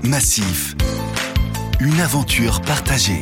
Massif, une aventure partagée.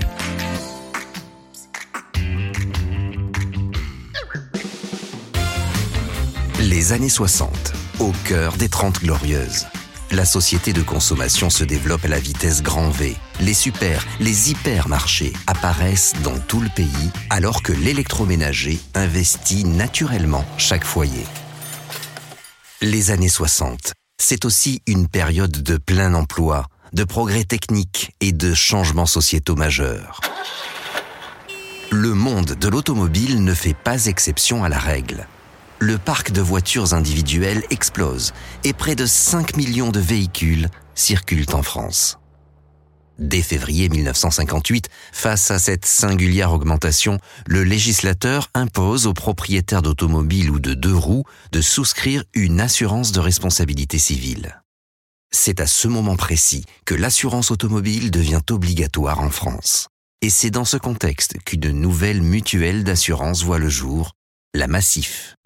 Les années 60, au cœur des 30 Glorieuses. La société de consommation se développe à la vitesse grand V. Les les hypermarchés apparaissent dans tout le pays, alors que l'électroménager investit naturellement chaque foyer. Les années 60, c'est aussi une période de plein emploi, de progrès techniques et de changements sociétaux majeurs. Le monde de l'automobile ne fait pas exception à la règle. Le parc de voitures individuelles explose et près de 5 millions de véhicules circulent en France. Dès février 1958, face à cette singulière augmentation, le législateur impose aux propriétaires d'automobiles ou de deux roues de souscrire une assurance de responsabilité civile. C'est à ce moment précis que l'assurance automobile devient obligatoire en France. Et c'est dans ce contexte qu'une nouvelle mutuelle d'assurance voit le jour, la Massif.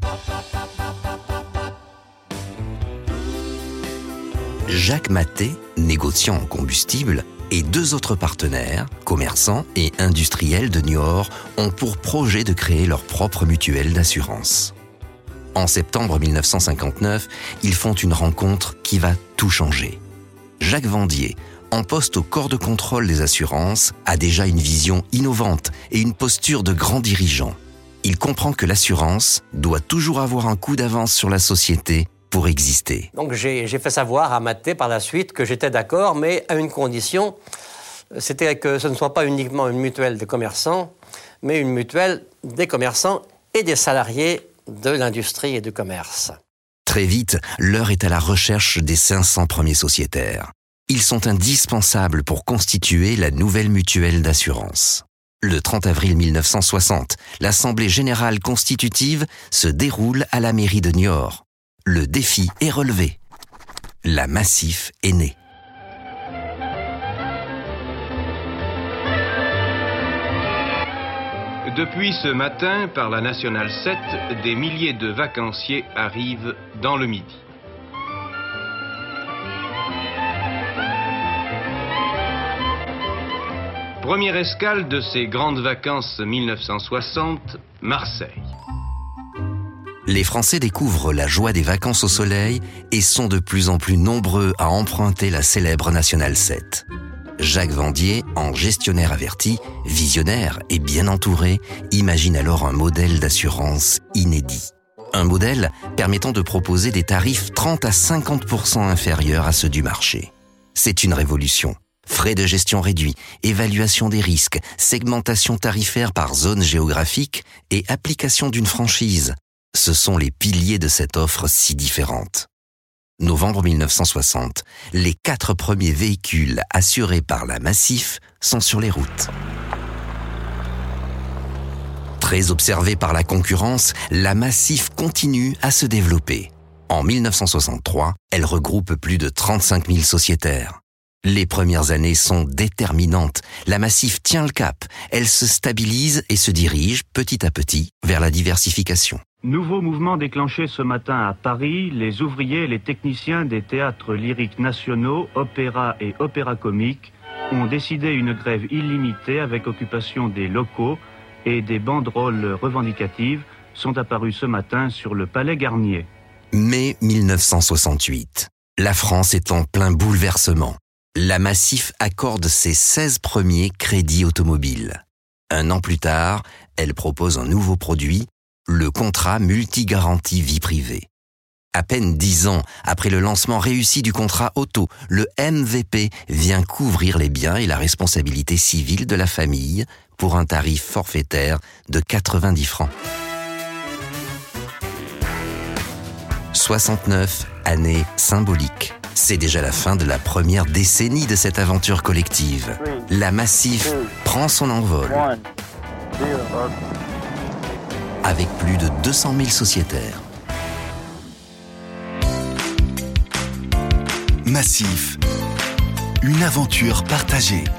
Jacques Maté, négociant en combustible, et deux autres partenaires, commerçants et industriels de Niort, ont pour projet de créer leur propre mutuelle d'assurance. En septembre 1959, ils font une rencontre qui va tout changer. Jacques Vendier, en poste au corps de contrôle des assurances, a déjà une vision innovante et une posture de grand dirigeant. Il comprend que l'assurance doit toujours avoir un coup d'avance sur la société pour exister. Donc j'ai fait savoir à Maté par la suite que j'étais d'accord, mais à une condition, c'était que ce ne soit pas uniquement une mutuelle des commerçants, mais une mutuelle des commerçants et des salariés de l'industrie et du commerce. Très vite, l'heure est à la recherche des 500 premiers sociétaires. Ils sont indispensables pour constituer la nouvelle mutuelle d'assurance. Le 30 avril 1960, l'Assemblée générale constitutive se déroule à la mairie de Niort. Le défi est relevé. La Massif est née. Depuis ce matin, par la Nationale 7, des milliers de vacanciers arrivent dans le Midi. Première escale de ces grandes vacances 1960, Marseille. Les Français découvrent la joie des vacances au soleil et sont de plus en plus nombreux à emprunter la célèbre Nationale 7. Jacques Vendier, en gestionnaire averti, visionnaire et bien entouré, imagine alors un modèle d'assurance inédit. Un modèle permettant de proposer des tarifs 30 à 50% inférieurs à ceux du marché. C'est une révolution. Frais de gestion réduits, évaluation des risques, segmentation tarifaire par zone géographique et application d'une franchise. Ce sont les piliers de cette offre si différente. Novembre 1960, les 4 premiers véhicules assurés par la Massif sont sur les routes. Très observée par la concurrence, la Massif continue à se développer. En 1963, elle regroupe plus de 35 000 sociétaires. Les premières années sont déterminantes. La Massif tient le cap. Elle se stabilise et se dirige petit à petit vers la diversification. Nouveau mouvement déclenché ce matin à Paris. Les ouvriers et les techniciens des théâtres lyriques nationaux, opéra et opéra comique ont décidé une grève illimitée avec occupation des locaux et des banderoles revendicatives sont apparues ce matin sur le Palais Garnier. Mai 1968. La France est en plein bouleversement. La Massif accorde ses 16 premiers crédits automobiles. Un an plus tard, elle propose un nouveau produit, le contrat multi-garantie vie privée. À peine 10 ans après le lancement réussi du contrat auto, le MVP vient couvrir les biens et la responsabilité civile de la famille pour un tarif forfaitaire de 90 francs. 69 années symboliques. C'est déjà la fin de la première décennie de cette aventure collective. La Massif prend son envol. Avec plus de 200 000 sociétaires. Massif, une aventure partagée.